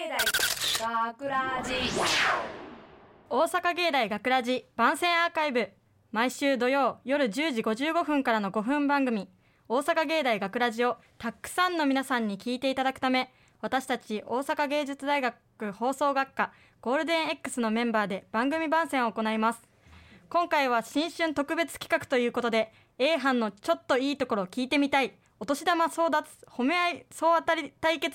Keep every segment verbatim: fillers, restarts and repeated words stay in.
大学ラジ大阪芸大学ラジ番宣アーカイブ、毎週土曜夜じゅうじごじゅうごふんからのごふん番組大阪芸大学ラジをたくさんの皆さんに聞いていただくため、私たち大阪芸術大学放送学科ゴールデン X のメンバーで番組番宣を行います。今回は新春特別企画ということで、 A 班のちょっといいところを聞いてみたいお年玉争奪褒め合い総当たり対決。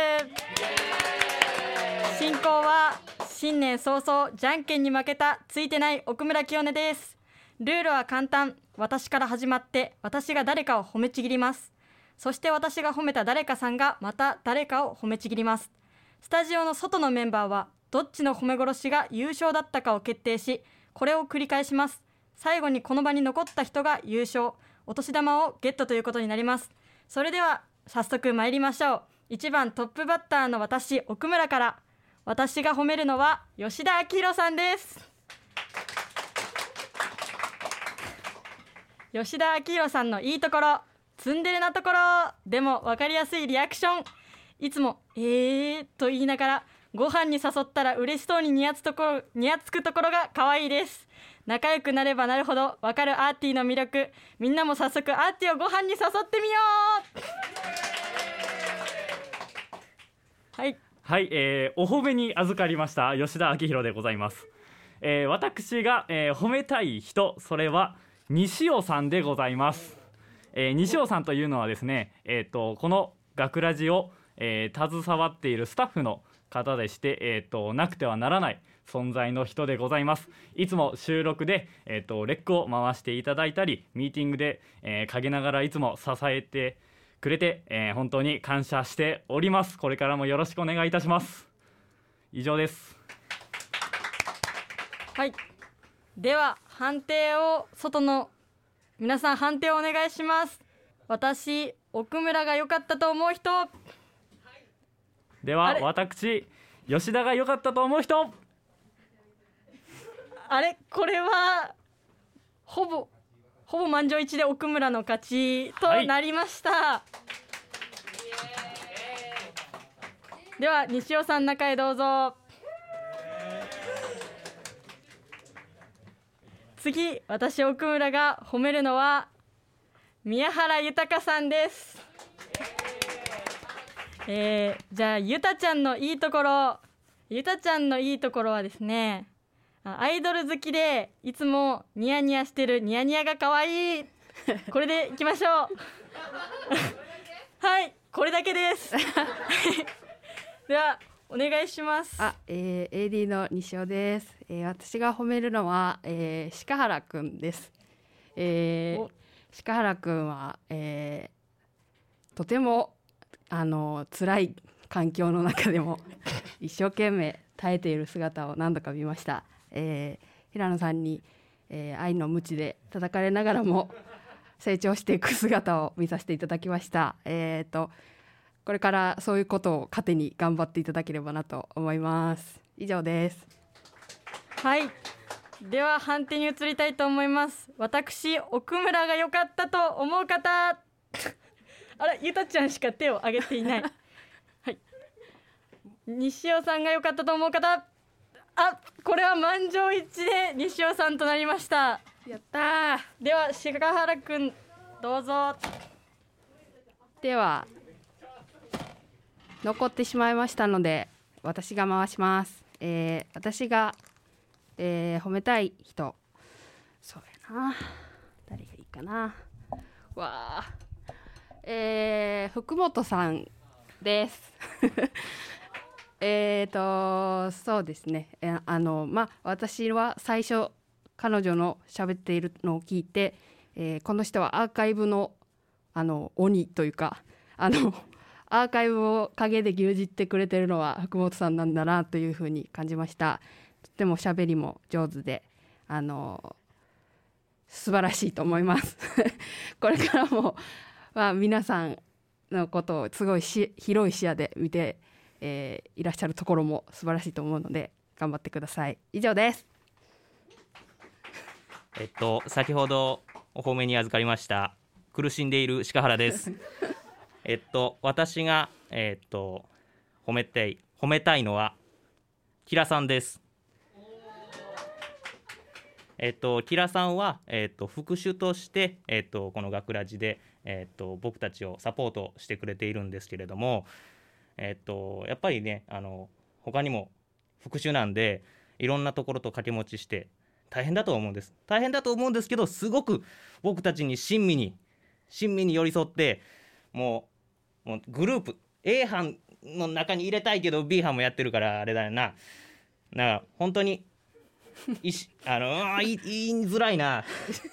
進行は新年早々じゃんけんに負けたついてない奥村清音です。ルールは簡単。私から始まって私が誰かを褒めちぎります。そして私が褒めた誰かさんがまた誰かを褒めちぎります。スタジオの外のメンバーはどっちの褒め殺しが優勝だったかを決定し、これを繰り返します。最後にこの場に残った人が優勝、お年玉をゲットということになります。それでは早速参りましょう。いちばんトップバッターの私奥村から。私が褒めるのは吉田明宏さんです。吉田明宏さんのいいところ、ツンデレなところでも分かりやすいリアクション、いつもえーと言いながらご飯に誘ったら嬉しそうにニヤつところニヤつくところが可愛いです。仲良くなればなるほど分かるアーティの魅力、みんなも早速アーティをご飯に誘ってみよう。はいはい、えー、お褒めに預かりました吉田明宏でございます。えー、私が、えー、褒めたい人、それは西尾さんでございます。えー、西尾さんというのはですね、えー、とこの学ラジを、えー、携わっているスタッフの方でして、えー、となくてはならない存在の人でございます。いつも収録で、えー、とレックを回していただいたり、ミーティングで、えー、陰ながらいつも支えてくれて、えー、本当に感謝しております。これからもよろしくお願いいたします。以上です。 はい、では判定を外の皆さん判定をお願いします。私奥村が良かったと思う人、はい、 では私吉田が良かったと思う人、 あれこれはほぼほぼ満場一致で奥村の勝ちとなりました、はい、では西尾さん中へどうぞ。次私奥村が褒めるのは宮原豊さんです。えー、じゃあゆたちゃんのいいところ、ゆたちゃんのいいところはですね、アイドル好きでいつもニヤニヤしてるニヤニヤが可愛い。これでいきましょう。はい、これだけです。ではお願いします。 あ、えー、エーディー の西尾です。えー、私が褒めるのは、えー、鹿原くんです。えー、鹿原くんは、えー、とてもあの辛い環境の中でも一生懸命耐えている姿を何度か見ました。えー、平野さんに、えー、愛の鞭で叩かれながらも成長していく姿を見させていただきました。えーとこれからそういうことを糧に頑張っていただければなと思います。以上です。 はい、では判定に移りたいと思います。私奥村が良かったと思う方あら、ゆたちゃんしか手を挙げていない。はい、西尾さんが良かったと思う方、あ、これは満場一致で西尾さんとなりました。 やったー。 では鹿原くんどうぞ。 では残ってしまいましたので私が回します。えー、私が、えー、褒めたい人、そうやな、誰がいいかな。わあ、えー、福本さんです。えーとそうですね、えあのまあ私は最初彼女の喋っているのを聞いて、えー、この人はアーカイブのあの鬼というか、あのアーカイブを陰で牛耳ってくれてるのは福本さんなんだなというふうに感じました。とても喋りも上手で、あの素晴らしいと思います。これからも、まあ、皆さんのことをすごいし広い視野で見て、えー、いらっしゃるところも素晴らしいと思うので頑張ってください。以上です。 えっと先ほどお褒めに預かりました苦しんでいる鹿原です。えっと私が、えっと褒めたい褒褒めたいのはキラさんです。えっとキラさんは、えっと、副手として、えっと、この学ラジで、えっと、僕たちをサポートしてくれているんですけれども、えっと、やっぱりねあの他にも副手なんでいろんなところと掛け持ちして大変だと思うんです大変だと思うんですけど、すごく僕たちに親身に親身に寄り添って、もう、もうグループ A 班の中に入れたいけど B 班もやってるからあれだよな。なんか本当にいしあのー、言い言いづらいな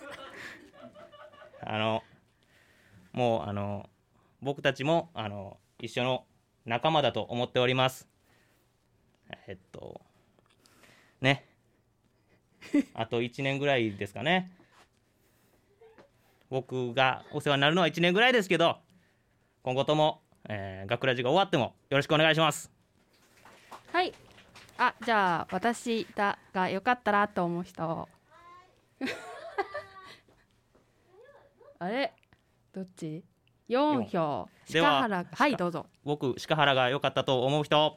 あのもうあの僕たちもあの一緒の仲間だと思っております。えっとねあといちねんぐらいですかね。僕がお世話になるのはいちねんぐらいですけど、今後とも、えー、学ラジが終わってもよろしくお願いします。 はい。あ、じゃあ私だがよかったらと思う人あれどっちよん票。 では鹿原、はいどうぞ。 僕鹿原が良かったと思う人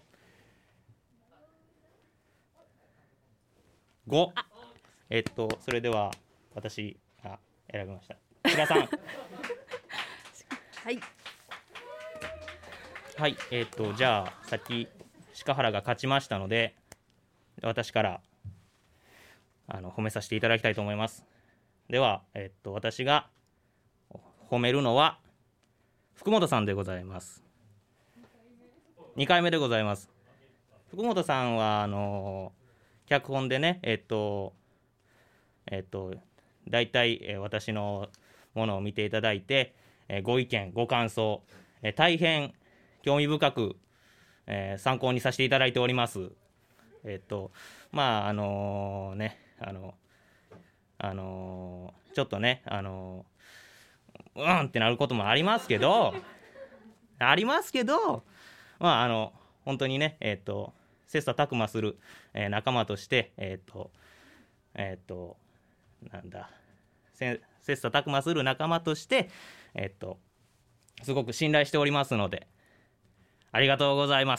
ご。えっとそれでは私が選びました。平さんはいはい、えっとじゃあさっき鹿原が勝ちましたので、私からあの褒めさせていただきたいと思います。では、えっと私が褒めるのは福本さんでございます。にかいめでございます。福本さんはあの脚本でね、えっとえっとだいたい、えー、私のものを見ていただいて、えー、ご意見ご感想、えー、大変興味深く、えー、参考にさせていただいております。えっとまああのー、ねあのあのー、ちょっとねあのー、うんってなることもありますけどありますけどまああの本当にねえっと切磋琢磨する、えー、仲間としてえっとえっとなんだ切磋琢磨する仲間としてえっとすごく信頼しておりますのでありがとうございます。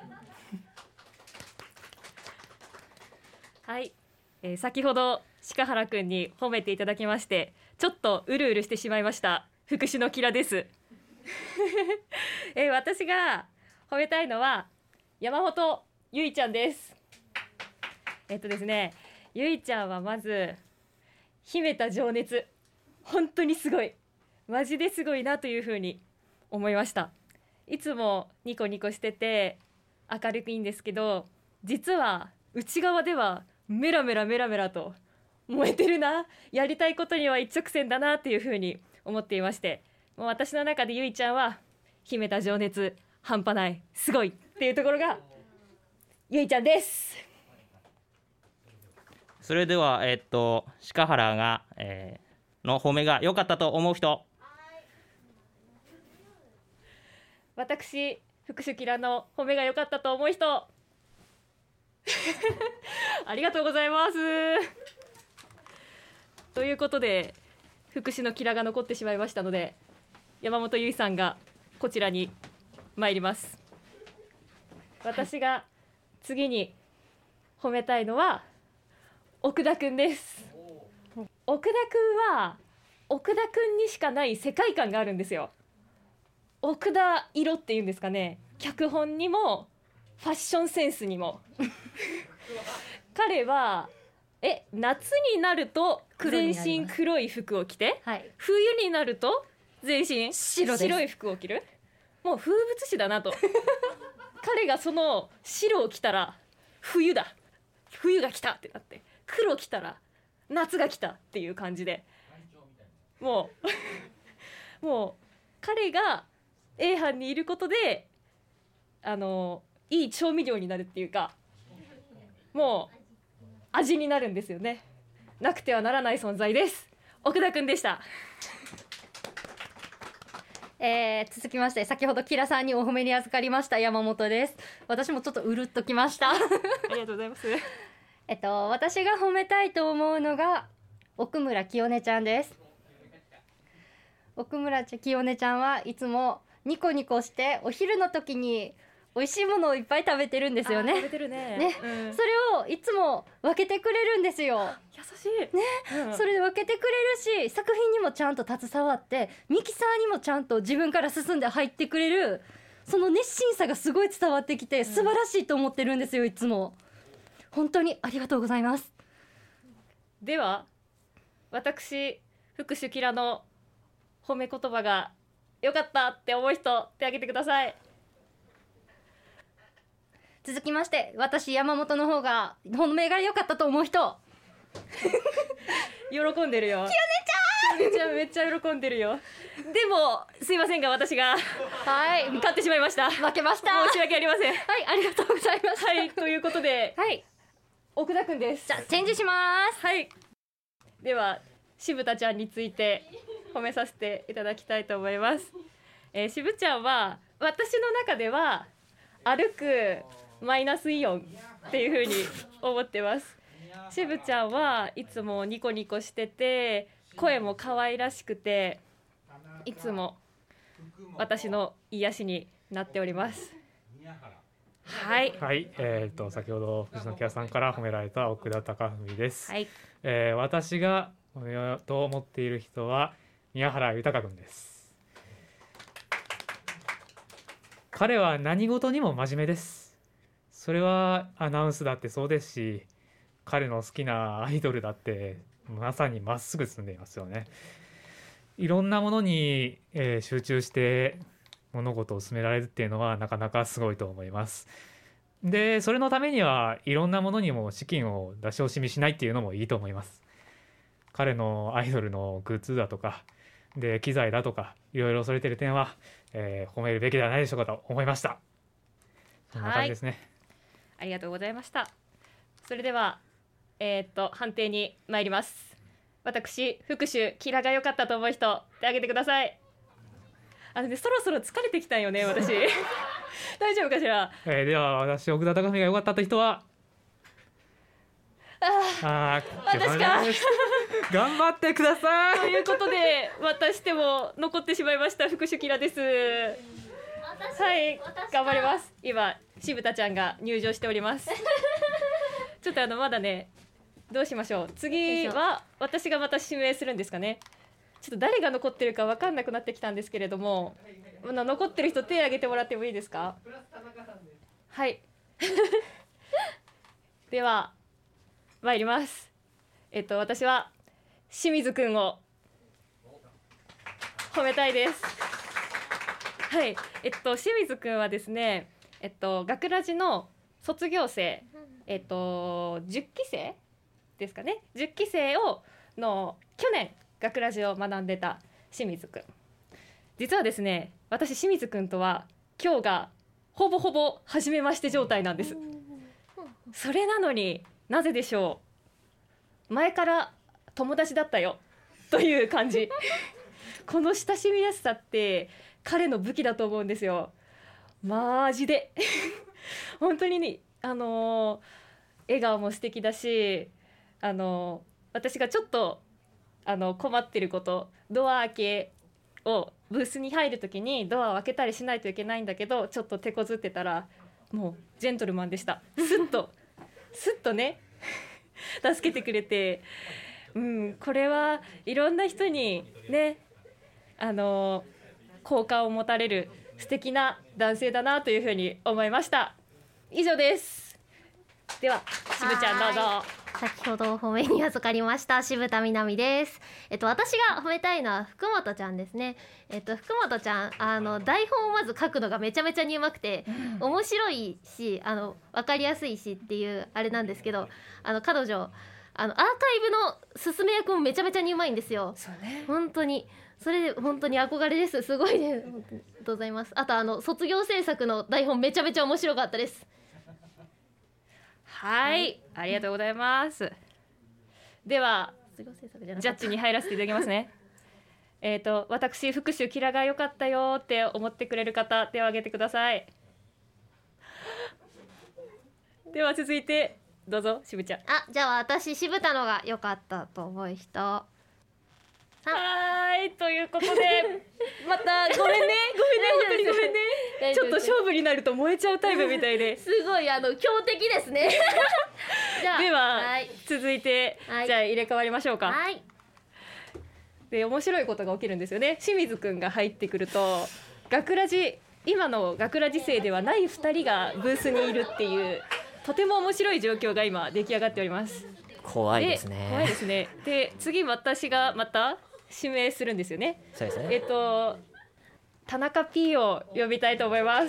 はい、えー、先ほど鹿原くんに褒めていただきましてちょっとうるうるしてしまいました福士のキラです、えー、私が褒めたいのは山本ゆいちゃんです。えっとですねゆいちゃんはまず秘めた情熱本当にすごいマジですごいなというふうに思いました。いつもニコニコしてて明るくいいんですけど、実は内側ではメラメラメラメラと燃えてるな、やりたいことには一直線だなっていうふうに思っていまして、もう私の中でゆいちゃんは秘めた情熱半端ないすごいっていうところがゆいちゃんです。 それではえー、っと鹿原が、えー、の褒めが良かったと思う人。 私福手キラの褒めが良かったと思う人ありがとうございますということで福祉のキラが残ってしまいましたので、山本ゆいさんがこちらに参ります。私が次に褒めたいのは奥田くんです。奥田くんは奥田くんにしかない世界観があるんですよ。奥田色っていうんですかね、脚本にもファッションセンスにも彼はえ夏になると全身黒い服を着て、はい、冬になると全身白白い服を着る、もう風物詩だなと彼がその白を着たら冬だ、冬が来たってなって、黒着たら夏が来たっていう感じで、もうもう彼が A 班にいることであのいい調味料になるっていうか、もう味になるんですよね。なくてはならない存在です。奥田くんでした。 えー、続きまして先ほどキラさんにお褒めに預かりました山本です。私もちょっとうるっときましたありがとうございますえっと私が褒めたいと思うのが奥村清音ちゃんです。奥村清音ちゃんはいつもニコニコしてお昼の時に美味しいものをいっぱい食べてるんですよね。 食べてるね。 ね、 うん、 それをいつも分けてくれるんですよ。 優しい。 ね、 うん、 それで分けてくれるし、作品にもちゃんと携わってミキサーにもちゃんと自分から進んで入ってくれる、その熱心さがすごい伝わってきて素晴らしいと思ってるんですよ。いつも本当にありがとうございます。 では私福祉キラの褒め言葉が良かったって思う人手挙げてください。 続きまして私山本の方が褒めが良かったと思う人。 喜んでるよ。きよねちゃんめっちゃめっちゃ喜んでるよ。でもすいませんが私がはい勝ってしまいました。 負けました。 申し訳ありません。 はい、ありがとうございます。 はい、ということで、 はい、 奥田くんです。 じゃあチェンジします。 はい、では渋田ちゃんについて褒めさせていただきたいと思います。えー、渋ちゃんは私の中では歩くマイナスイオンっていう風に思ってます。渋ちゃんはいつもニコニコしてて声も可愛らしくていつも私の癒しになっております。はい、 はい、えー、と先ほど藤野木屋さんから褒められた奥田貴文です、 はい、 えー、私が褒めようと思っている人は宮原豊君です。彼は何事にも真面目です。それはアナウンスだってそうですし、彼の好きなアイドルだってまさにまっすぐ進んでいますよね。いろんなものに、えー、集中して物事を進められるっていうのはなかなかすごいと思います。でそれのためにはいろんなものにも資金を出し惜しみしないっていうのもいいと思います。彼のアイドルのグッズだとかで機材だとかいろいろそれてる点は、えー、褒めるべきではないでしょうかと思いました。そんな感じですね。 ありがとうございました。それではえー、っと判定に参ります。私復習キラが良かったと思う人手挙げてください。あのね、そろそろ疲れてきたんよね私大丈夫かしら、 えー、では私奥田貴文が良かったという人はああ私か頑張ってくださいということでまたしても残ってしまいました復習キラです。はい頑張ります。今渋田ちゃんが入場しておりますちょっとあのまだねどうしましょう。次は私がまた指名するんですかね。ちょっと誰が残ってるか分かんなくなってきたんですけれども、あの残ってる人手挙げてもらってもいいですか。はいでは参ります。えっと私は清水くんを褒めたいです。はいえっと清水くんはですねえっと学ラジの卒業生えっとじゅっきせいですかね。じゅっきせいをの去年学ラジを学んでた清水くん、実はですね私清水くんとは今日がほぼほぼ初めまして状態なんです。それなのになぜでしょう。前から友達だったよという感じこの親しみやすさって彼の武器だと思うんですよ。マジで本当にね、あのー、笑顔も素敵だし、あのー、私がちょっとあの困ってること、ドア開けをブースに入るときにドアを開けたりしないといけないんだけどちょっと手こずってたらもうジェントルマンでした。スッとスッとね助けてくれて、うん、これはいろんな人にねあの好感を持たれる素敵な男性だなというふうに思いました。以上です。では渋ちゃんどうぞ。 先ほど褒めに預かりました渋田みなみです。えっと私が褒めたいのは福本ちゃんですね。えっと福本ちゃんあの台本をまず書くのがめちゃめちゃにうまくて、うん、面白いしあの分かりやすいしっていうあれなんですけど、あの彼女あのアーカイブの進め役もめちゃめちゃにうまいんですよ。 そうね、 本当にそれで本当に憧れです。すごいです。本当にありがとうございます。あとあの卒業制作の台本めちゃめちゃ面白かったです。 はい、はい、ありがとうございます。ではジャッジに入らせていただきますねえっと私復習キラが良かったよって思ってくれる方手を挙げてくださいでは続いてどうぞ渋ちゃん。 あ、じゃあ私渋田のが良かったと思う人。ははいということでまたごめんねごめんね本当にごめんねちょっと勝負になると燃えちゃうタイプみたいですごいあの強敵ですねじゃあでは、 はい、 続いて、はい、じゃあ入れ替わりましょうか。 はい。 で面白いことが起きるんですよね。清水くんが入ってくると学ラジ今の学ラジ生ではないふたりがブースにいるっていうとても面白い状況が今出来上がっております。 怖いですね。 怖いですね。で次私がまた指名するんですよね。 そうですね。 えっと田中 P を呼びたいと思います。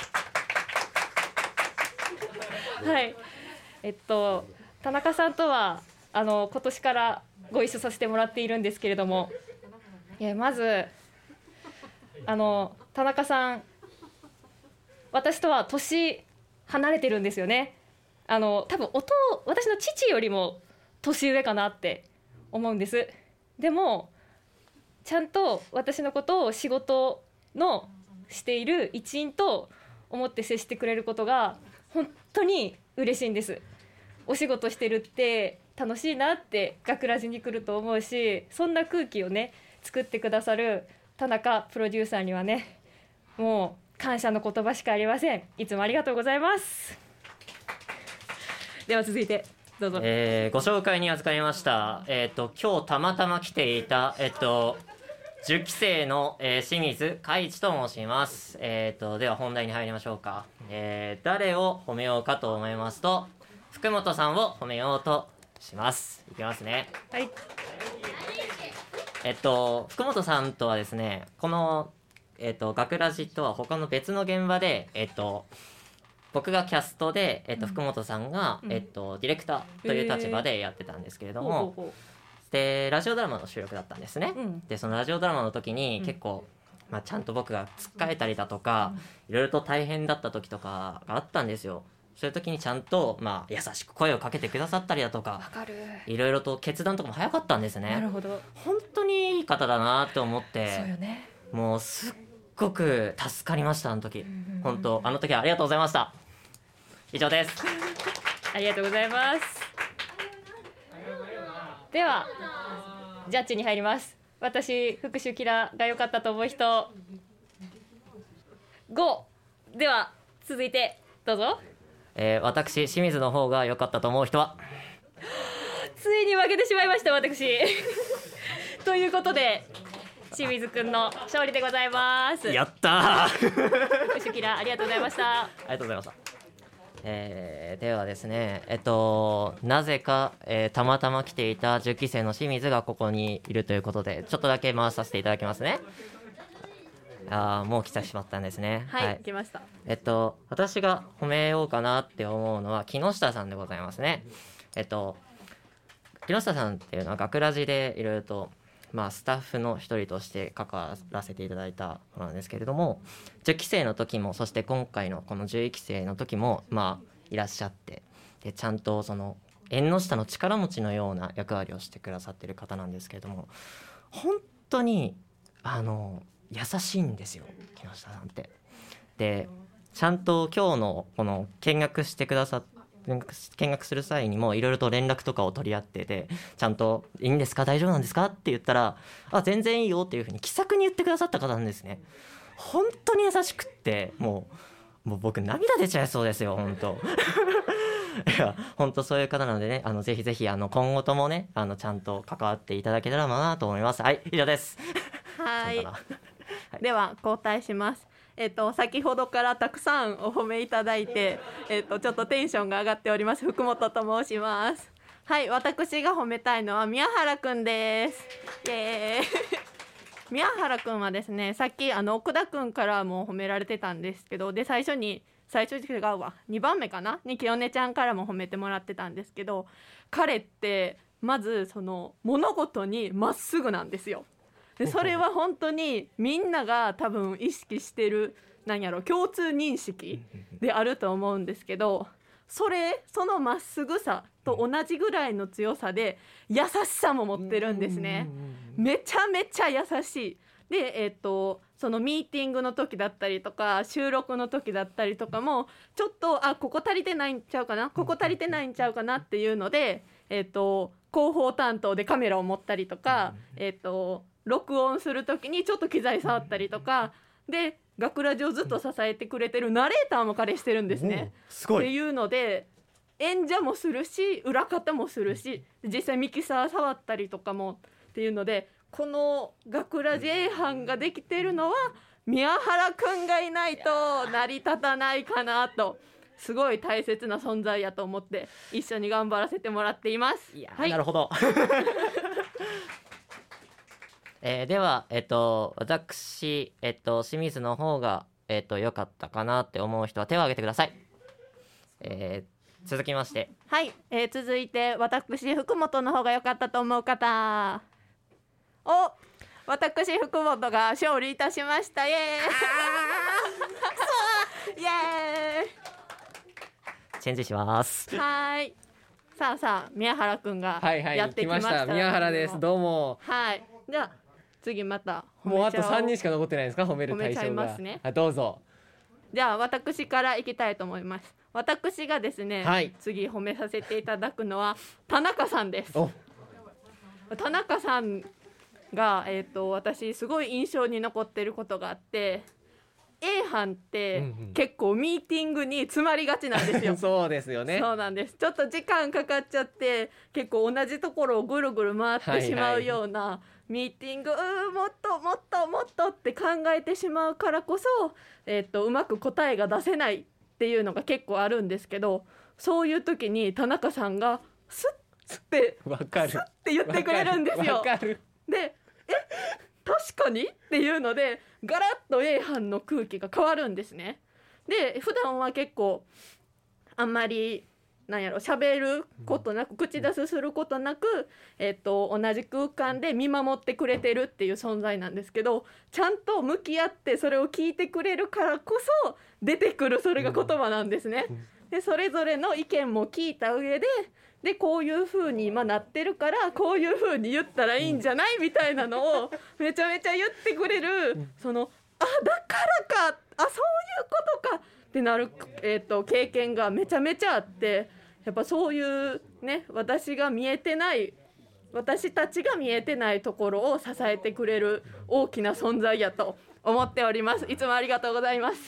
はい。えっと田中さんとはあの今年からご一緒させてもらっているんですけれども、いやまずあの田中さん私とは年離れてるんですよね。あの多分弟私の父よりも年上かなって思うんです。でもちゃんと私のことを仕事のしている一員と思って接してくれることが本当に嬉しいんです。お仕事してるって楽しいなって学ラジに来ると思うし、そんな空気をね作ってくださる田中プロデューサーにはねもう感謝の言葉しかありません。いつもありがとうございます。では続いてどうぞ。 えー、ご紹介に預かりました。えっと今日たまたま来ていたえっとじゅっき生の、えー、清水海一と申します。えっとでは本題に入りましょうか。えー、誰を褒めようかと思いますと福本さんを褒めようとします。いきますね。 はい。 えっと福本さんとはですねこのえっと学ラジとは他の別の現場でえっと僕がキャストで、えっと、福本さんが、うんえっと、ディレクターという立場でやってたんですけれども、ほうほうほうでラジオドラマの収録だったんですね、うん、でそのラジオドラマの時に結構、うんまあ、ちゃんと僕がつっかえたりだとか、うん、いろいろと大変だった時とかがあったんですよ。そういう時にちゃんと、まあ、優しく声をかけてくださったりだとか、わかるいろいろと決断とかも早かったんですね。 なるほど。 本当にいい方だなと思ってそうよね。 もうすっごく助かりました。あの時本当あの時はありがとうございました。以上ですありがとうございます。ではジャッジに入ります。私復讐キラが良かったと思う人ごでは続いてどうぞ。 えー、私清水の方が良かったと思う人はついに負けてしまいました私ということで清水くんの勝利でございます。 やったー復讐キラありがとうございました。 ありがとうございました。えー、ではですねえっとなぜか、えー、たまたま来ていたじゅっき生の清水がここにいるということでちょっとだけ回させていただきますね。あもう来てしまったんですね。 はい、はい、来ました。 えっと私が褒めようかなって思うのは木下さんでございますね。えっと木下さんっていうのは学ラジでいろいろとまあ、スタッフの一人として関わらせていただいたものなんですけれどもじゅっき生の時もそして今回のこのじゅういっき生の時もまあいらっしゃってでちゃんとその縁の下の力持ちのような役割をしてくださっている方なんですけれども本当にあの優しいんですよ木下さんって。でちゃんと今日のこの見学してくださって見学する際にもいろいろと連絡とかを取り合っててちゃんといいんですか大丈夫なんですかって言ったらあ全然いいよっていうふうに気さくに言ってくださった方なんですね。本当に優しくってもう、もう僕涙出ちゃいそうですよ本当いや本当そういう方なのでねあのぜひぜひあの今後ともねあのちゃんと関わっていただけたらなと思います。はい以上ですはいでは交代します。えっと、先ほどからたくさんお褒めいただいて、えっと、ちょっとテンションが上がっております福本と申します。はい私が褒めたいのは宮原くんです。イエーイ宮原くんはですねさっきあの奥田くんからも褒められてたんですけどで最初に最初違うわにばんめかなに清音ちゃんからも褒めてもらってたんですけど彼ってまずその物事にまっすぐなんですよ。でそれは本当にみんなが多分意識してるなんやろ共通認識であると思うんですけどそれそのまっすぐさと同じぐらいの強さで優しさも持ってるんですね。めちゃめちゃ優しい。でえっとそのミーティングの時だったりとか収録の時だったりとかもちょっとあここ足りてないんちゃうかなここ足りてないんちゃうかなっていうのでえー、と広報担当でカメラを持ったりとか、えー、と録音する時にちょっと機材触ったりとかで学ラジをずっと支えてくれてるナレーターも彼してるんですね。 すごいっていうので演者もするし裏方もするし実際ミキサー触ったりとかもっていうのでこの学ラジ A 班ができてるのは宮原くんがいないと成り立たないかなとすごい大切な存在やと思って一緒に頑張らせてもらっています。いや、はい、 なるほどえー、では、えっと、私、えっと、清水の方が、えっと、良かったかなって思う人は手を挙げてください。えー、続きましてはい、えー、続いて私福本の方が良かったと思う方。お、私福本が勝利いたしました。イエーイイエーイチェンジしますはい。さあさあ宮原くんがはいはいやってきました。 来ました宮原です。どうも。 はい。じゃあ次またもうあとさんにんしか残ってないですか、褒める対象が。 褒めちゃいますね。 あ、どうぞ。 じゃあ私からいきたいと思います。私がですね、 はい、 次褒めさせていただくのは田中さんです。田中さんが、えーと、私すごい印象に残ってることがあって、 A 班って結構ミーティングに詰まりがちなんですよそうですよね。 そうなんです。ちょっと時間かかっちゃって結構同じところをぐるぐる回ってしまうような、はいはい、ミーティングうーもっともっともっとって考えてしまうからこそ、えー、とうまく答えが出せないっていうのが結構あるんですけど、そういう時に田中さんがスッスッってわかるスッって言ってくれるんですよ。 わかる。 で、え確かにっていうのでガラッと A 班の空気が変わるんですね。で普段は結構あんまりなんやろ喋ることなく口出しすることなく、えっと、同じ空間で見守ってくれてるっていう存在なんですけど、ちゃんと向き合ってそれを聞いてくれるからこそ出てくるそれが言葉なんですね。でそれぞれの意見も聞いた上ででこういう風に今なってるからこういう風に言ったらいいんじゃないみたいなのをめちゃめちゃ言ってくれる、そのあだからかあそういうことかってなる、えーと、経験がめちゃめちゃあって、やっぱそういうね私が見えてない私たちが見えてないところを支えてくれる大きな存在やと思っております。いつもありがとうございます。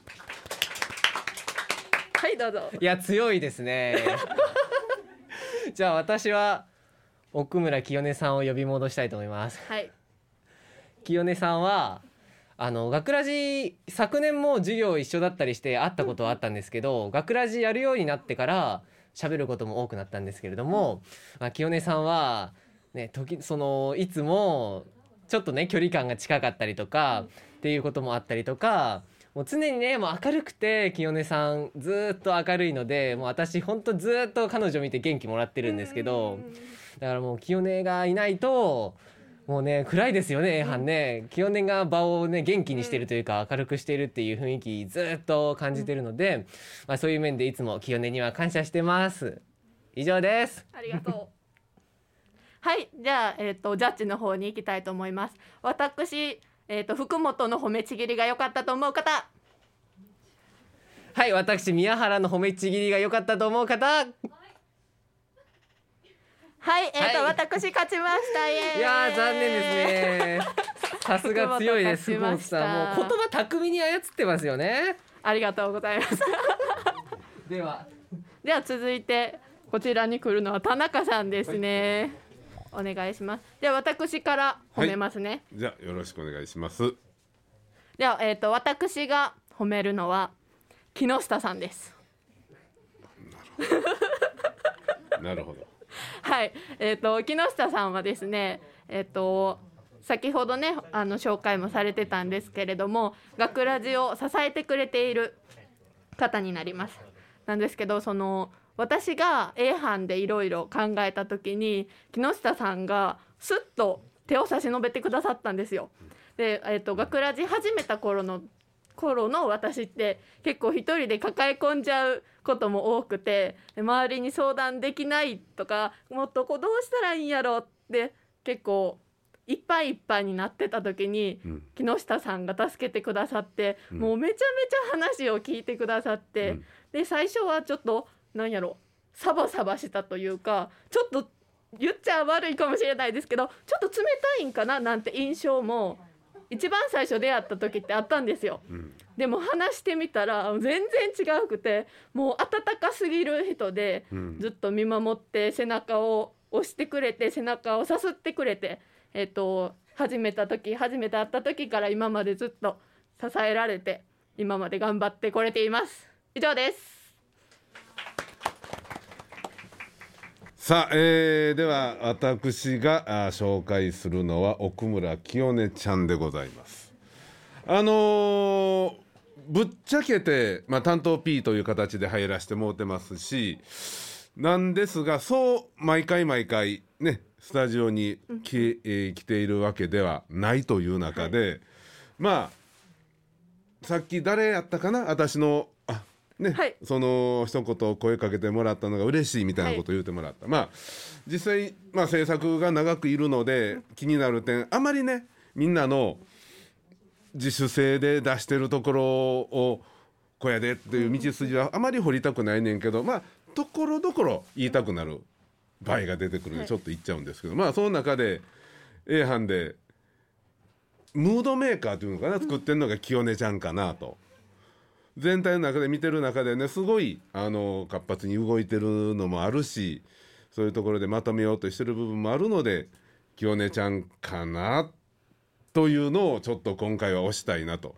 はいどうぞ。 いや強いですねじゃあ私は奥村清音さんを呼び戻したいと思います。 はい。 清音さんはあの学ラジ昨年も授業一緒だったりして会ったことはあったんですけど、学ラジやるようになってから喋ることも多くなったんですけれども、まあ、清音さんはね時そのいつもちょっとね距離感が近かったりとかっていうこともあったりとか、もう常にねもう明るくて清音さんずっと明るいので、もう私本当ずっと彼女見て元気もらってるんですけど、だからもう清音がいないともうね暗いですよね A 班ね。清音が場をね元気にしてるというか明るくしているっていう雰囲気ずっと感じてるので、まあ、そういう面でいつも清音には感謝してます。以上です。 ありがとうはいじゃあ、えーと、ジャッジの方に行きたいと思います。私えー、と福本の褒めちぎりが良かったと思う方。 はい私宮原の褒めちぎりが良かったと思う方。はい、 はい、えーと、はい、私勝ちましたイエーイ。 いやー残念ですねさすが強いです福本さん。もう言葉巧みに操ってますよね。 ありがとうございますではでは続いてこちらに来るのは田中さんですね、はい、お願いします。では私から褒めますね、はい、 じゃあよろしくお願いします。 では、えーと、私が褒めるのは木下さんです。 なるほどはい、えーと、木下さんはですね、えーと、先ほどねあの紹介もされてたんですけれども、学ラジを支えてくれている方になります。なんですけどその私が A 班でいろいろ考えた時に木下さんがスッと手を差し伸べてくださったんですよ。で、えーと、学ラジ始めた頃の頃の私って結構一人で抱え込んじゃうことも多くて、周りに相談できないとかもっとこうどうしたらいいんやろって結構いっぱいいっぱいになってた時に、うん、木下さんが助けてくださって、うん、もうめちゃめちゃ話を聞いてくださって、うん、で最初はちょっとなんやろサバサバしたというか、ちょっと言っちゃ悪いかもしれないですけど、ちょっと冷たいんかななんて印象も一番最初出会った時ってあったんですよ、うん、でも話してみたら全然違うくて、もう温かすぎる人で、うん、ずっと見守って背中を押してくれて背中をさすってくれて、えっと始めた時初めて会った時から今までずっと支えられて今まで頑張ってこれています。以上です。 さあ、えー、では私があ紹介するのは奥村清音ちゃんでございます。あのー、ぶっちゃけて、まあ、担当 P という形で入らせてもらってますし、なんですがそう毎回毎回ねスタジオに来、えー、来ているわけではないという中で、はい、まあさっき誰やったかな、私のね、はい、その一言声かけてもらったのが嬉しいみたいなことを言ってもらった、はい、まあ実際、まあ、制作が長くいるので気になる点、あまりねみんなの自主性で出してるところをこうやでっていう道筋はあまり掘りたくないねんけど、まあところどころ言いたくなる場合が出てくるのでちょっと言っちゃうんですけど、はい、まあその中で A 班でムードメーカーというのかな、作ってるのが清音ちゃんかなと。全体の中で見てる中でねすごいあの活発に動いてるのもあるし、そういうところでまとめようとしてる部分もあるので清音ちゃんかなというのをちょっと今回は推したいなと。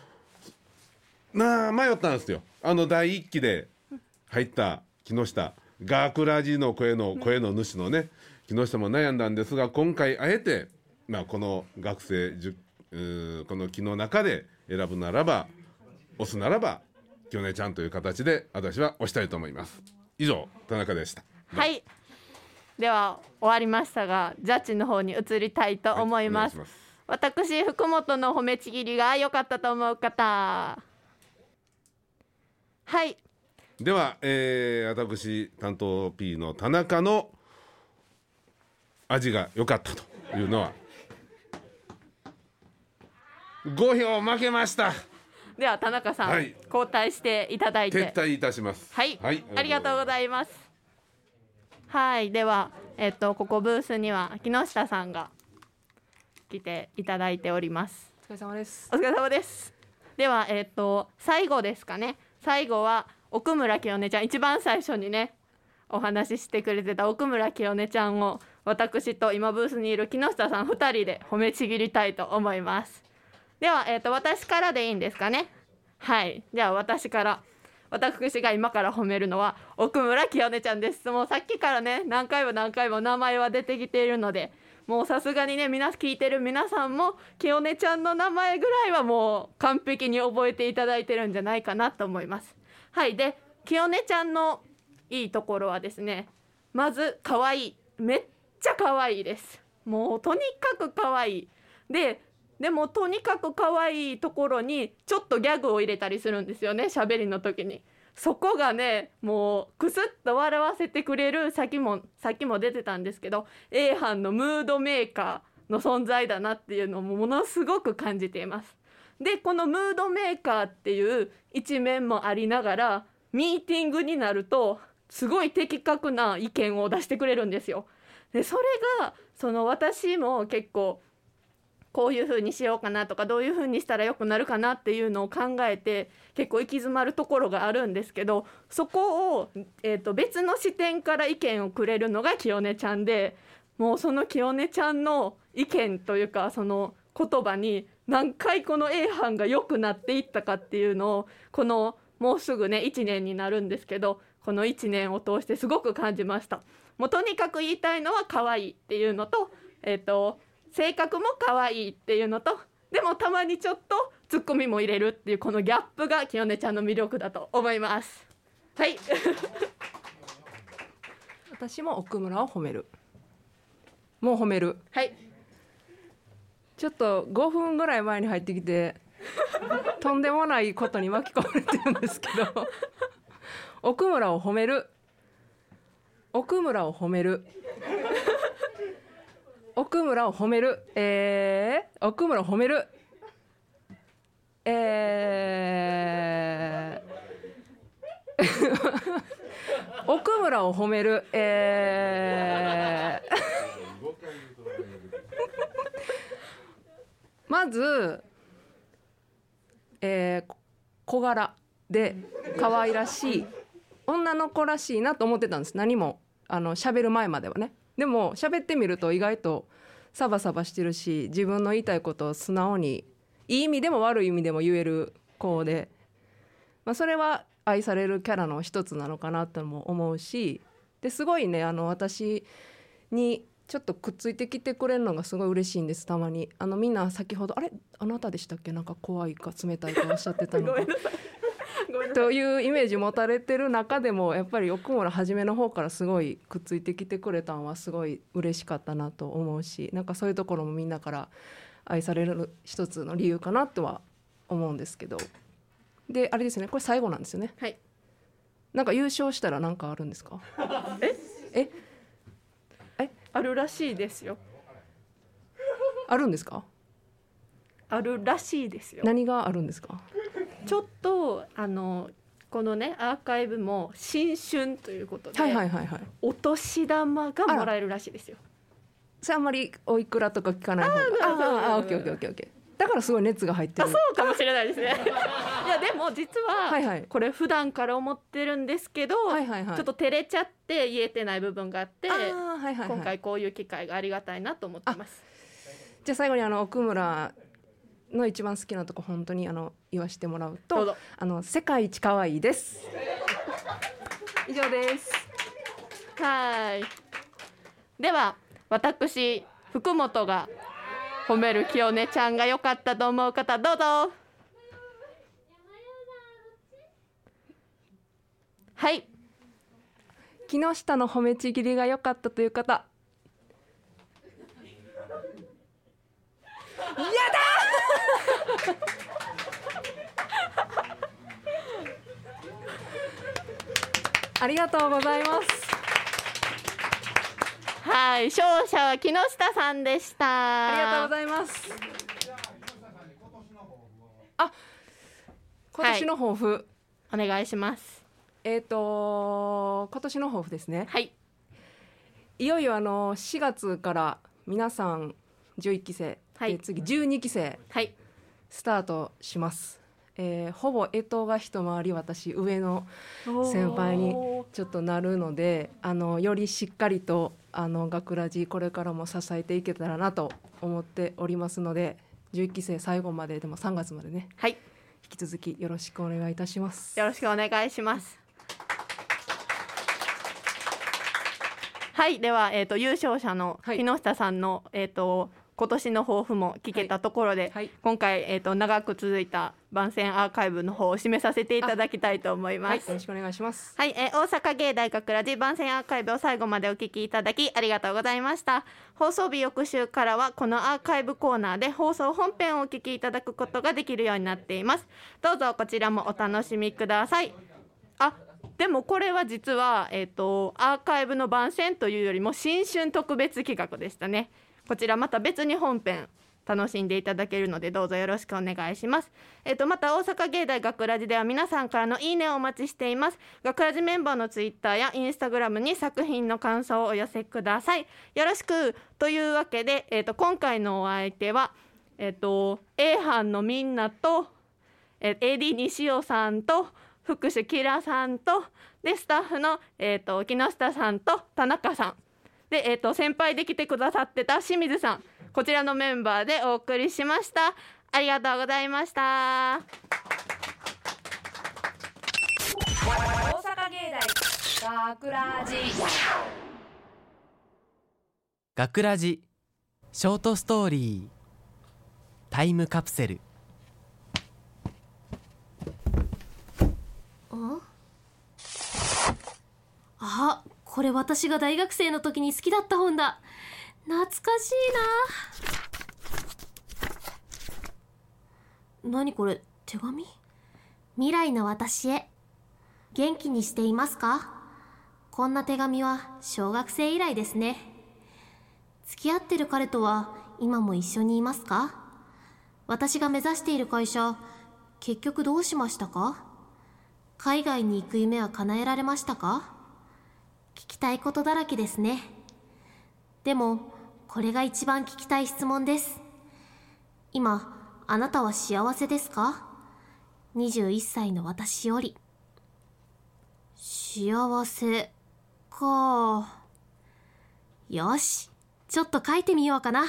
なあ迷ったんですよ。あの第一期で入った木下ガークラジの声の声の主のね木下も悩んだんですが、今回あえて、まあ、この学生この木の中で選ぶならば押すならば清音ちゃんという形で私は押したいと思います。以上田中でした。 はい、では終わりましたがジャッジの方に移りたいと思います。はい、私福本の褒めちぎりが良かったと思う方。はい、 では、えー、私担当 P の田中の味が良かったというのはごひょう負けました。 では田中さん、はい、交代していただいて撤退いたします。 はい、はい、ありがとうございます。はい、では、えっと、ここブースには木下さんが来ていただいております。 お疲れ様です。 お疲れ様です。では、えっと、最後ですかね。最後は奥村清音ちゃん、一番最初にねお話ししてくれてた奥村清音ちゃんを私と今ブースにいる木下さんふたりで褒めちぎりたいと思います。では、えーと、私からでいいんですかね。はい、じゃあ私から私が今から褒めるのは奥村清音ちゃんです。もうさっきからね何回も何回も名前は出てきているので、もうさすがにね皆聞いてる皆さんも清音ちゃんの名前ぐらいはもう完璧に覚えていただいてるんじゃないかなと思います。はい、で清音ちゃんのいいところはですね、まず可愛い、めっちゃ可愛いです。もうとにかく可愛いで、でもとにかく可愛いところにちょっとギャグを入れたりするんですよね、喋りの時に。そこがねもうクスッと笑わせてくれる、さっきもさっきも出てたんですけど A 班のムードメーカーの存在だなっていうのをものすごく感じています。でこのムードメーカーっていう一面もありながら、ミーティングになるとすごい的確な意見を出してくれるんですよ。でそれがその私も結構こういう風にしようかなとか、どういう風にしたら良くなるかなっていうのを考えて結構行き詰まるところがあるんですけど、そこを、えーと、別の視点から意見をくれるのが清音ちゃんで、もうその清音ちゃんの意見というかその言葉に何回この A 班が良くなっていったかっていうのを、このもうすぐねいちねんになるんですけど、このいちねんを通してすごく感じました。もうとにかく言いたいのは可愛いっていうのと、えーと性格も可愛いっていうのと、でもたまにちょっとツッコミも入れるっていうこのギャップが清音ちゃんの魅力だと思います。はい私も奥村を褒める。もう褒める。 はい。 ちょっとごふんぐらい前に入ってきてとんでもないことに巻き込まれてるんですけど奥村を褒める。奥村を褒める奥村を褒める、えー、奥村を褒める、えー、 奥村を褒める、えーまず、えー、小柄で可愛らしい女の子らしいなと思ってたんです。何もあの喋る前まではね。でも喋ってみると意外とサバサバしてるし、自分の言いたいことを素直にいい意味でも悪い意味でも言える子で、まあ、それは愛されるキャラの一つなのかなとも思うし、ですごいね、あの私にちょっとくっついてきてくれるのがすごい嬉しいんです。たまにあのみんな先ほどあれあなたでしたっけ、なんか怖いか冷たいかおっしゃってたのかというイメージ持たれてる中でも、やっぱり奥村初めの方からすごいくっついてきてくれたのはすごい嬉しかったなと思うし、なんかそういうところもみんなから愛される一つの理由かなとは思うんですけど、であれですね、これ最後なんですよね。 はい。 なんか優勝したらなんかあるんですか？ えええあるらしいですよ。 あるんですか？ あるらしいですよ。 何があるんですか？ ちょっとあのこのねアーカイブも新春ということで、 はいはいはいはい、 お年玉がもらえるらしいですよ。 それあんまりおいくらとか聞かない方が、ああオッケーオッケーオッケーオッケー。だからすごい熱が入ってる。 あ、そうかもしれないですね。いやでも実は、はいはい、これ普段から思ってるんですけど、はいはいはい、ちょっと照れちゃって言えてない部分があって、あ、はいはいはい、今回こういう機会がありがたいなと思ってます。 じゃあ最後にあの奥村の一番好きなとこ本当にあの言わせてもらうと、うあの世界一可愛いです。以上です。 はい。では私福本が褒める清音ちゃんが良かったと思う方どうぞ。はい。 木下の褒めちぎりが良かったという方。やだありがとうございます。 はい、勝者は木下さんでした。 ありがとうございます。あ、今年の抱負、 はい、お願いします。 えっと今年の抱負ですね。 はい。 いよいよあのしがつから皆さんじゅういっきせい、はい、で次じゅうにきせい、はい、スタートします。えー、ほぼ干支が一回り私上の先輩にちょっとなるので、あのよりしっかりとあの学ラジこれからも支えていけたらなと思っておりますので、じゅういっきせい最後まででもさんがつまでね、 はい、 引き続きよろしくお願いいたします。 よろしくお願いします。はい、では、えーと、優勝者の木下さんの、はい、えーと今年の抱負も聞けたところで、はいはい、今回、えーと、長く続いた番宣アーカイブの方を締めさせていただきたいと思います。 はい、よろしくお願いします。 はい、えー、大阪芸大学ラジ番宣アーカイブを最後までお聞きいただきありがとうございました。放送日翌週からはこのアーカイブコーナーで放送本編をお聞きいただくことができるようになっています。どうぞこちらもお楽しみください。あ、でもこれは実は、えーと、アーカイブの番宣というよりも新春特別企画でしたね。こちらまた別に本編楽しんでいただけるのでどうぞよろしくお願いします。えっとまた大阪芸大学ラジでは皆さんからのいいねをお待ちしています。学ラジメンバーのツイッターやインスタグラムに作品の感想をお寄せください。よろしく。というわけで、えっと今回のお相手はえっと A 班のみんなと、え エーディー 西尾さんと福士キラさんとでスタッフの、えっと木下さんと田中さんで、えー、と先輩で来てくださってた清水さん、こちらのメンバーでお送りしました。ありがとうございました。 大阪芸大学ラジ学ラジショートストーリータイムカプセル。 ああ、これ私が大学生の時に好きだった本だ。懐かしいな。何これ、手紙？未来の私へ。元気にしていますか？こんな手紙は小学生以来ですね。付き合ってる彼とは今も一緒にいますか？私が目指している会社、結局どうしましたか？海外に行く夢は叶えられましたか？ たいことだらけですね。でもこれが一番聞きたい質問です。今あなたは幸せですか？にじゅういっさいの私より。幸せか。よし、ちょっと書いてみようかな。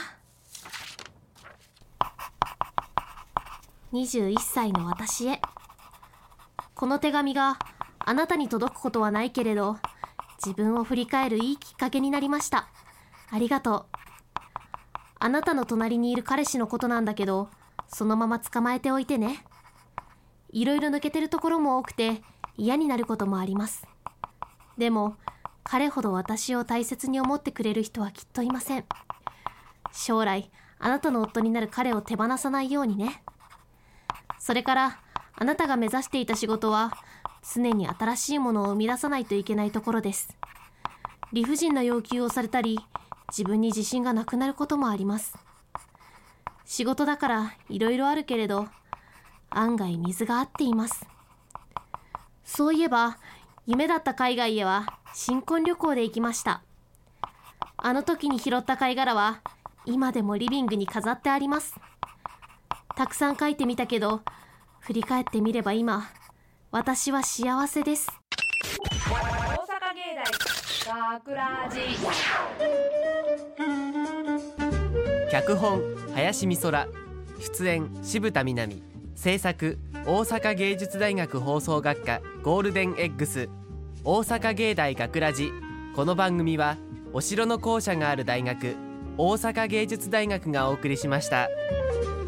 にじゅういっさいの私へ。この手紙があなたに届くことはないけれど、自分を振り返るいいきっかけになりました。ありがとう。あなたの隣にいる彼氏のことなんだけど、そのまま捕まえておいてね。いろいろ抜けてるところも多くて嫌になることもあります。でも彼ほど私を大切に思ってくれる人はきっといません。将来あなたの夫になる彼を手放さないようにね。それからあなたが目指していた仕事は常に新しいものを生み出さないといけないところです。理不尽な要求をされたり、自分に自信がなくなることもあります。仕事だからいろいろあるけれど、案外水が合っています。そういえば夢だった海外へは新婚旅行で行きました。あの時に拾った貝殻は今でもリビングに飾ってあります。たくさん書いてみたけど、振り返ってみれば今私は幸せです。 大阪芸大学ラジ。 脚本林美空、出演渋田みなみ、制作大阪芸術大学放送学科ゴールデン X、 大阪芸大学ラジ。この番組はお城の校舎がある大学大阪芸術大学がお送りしました。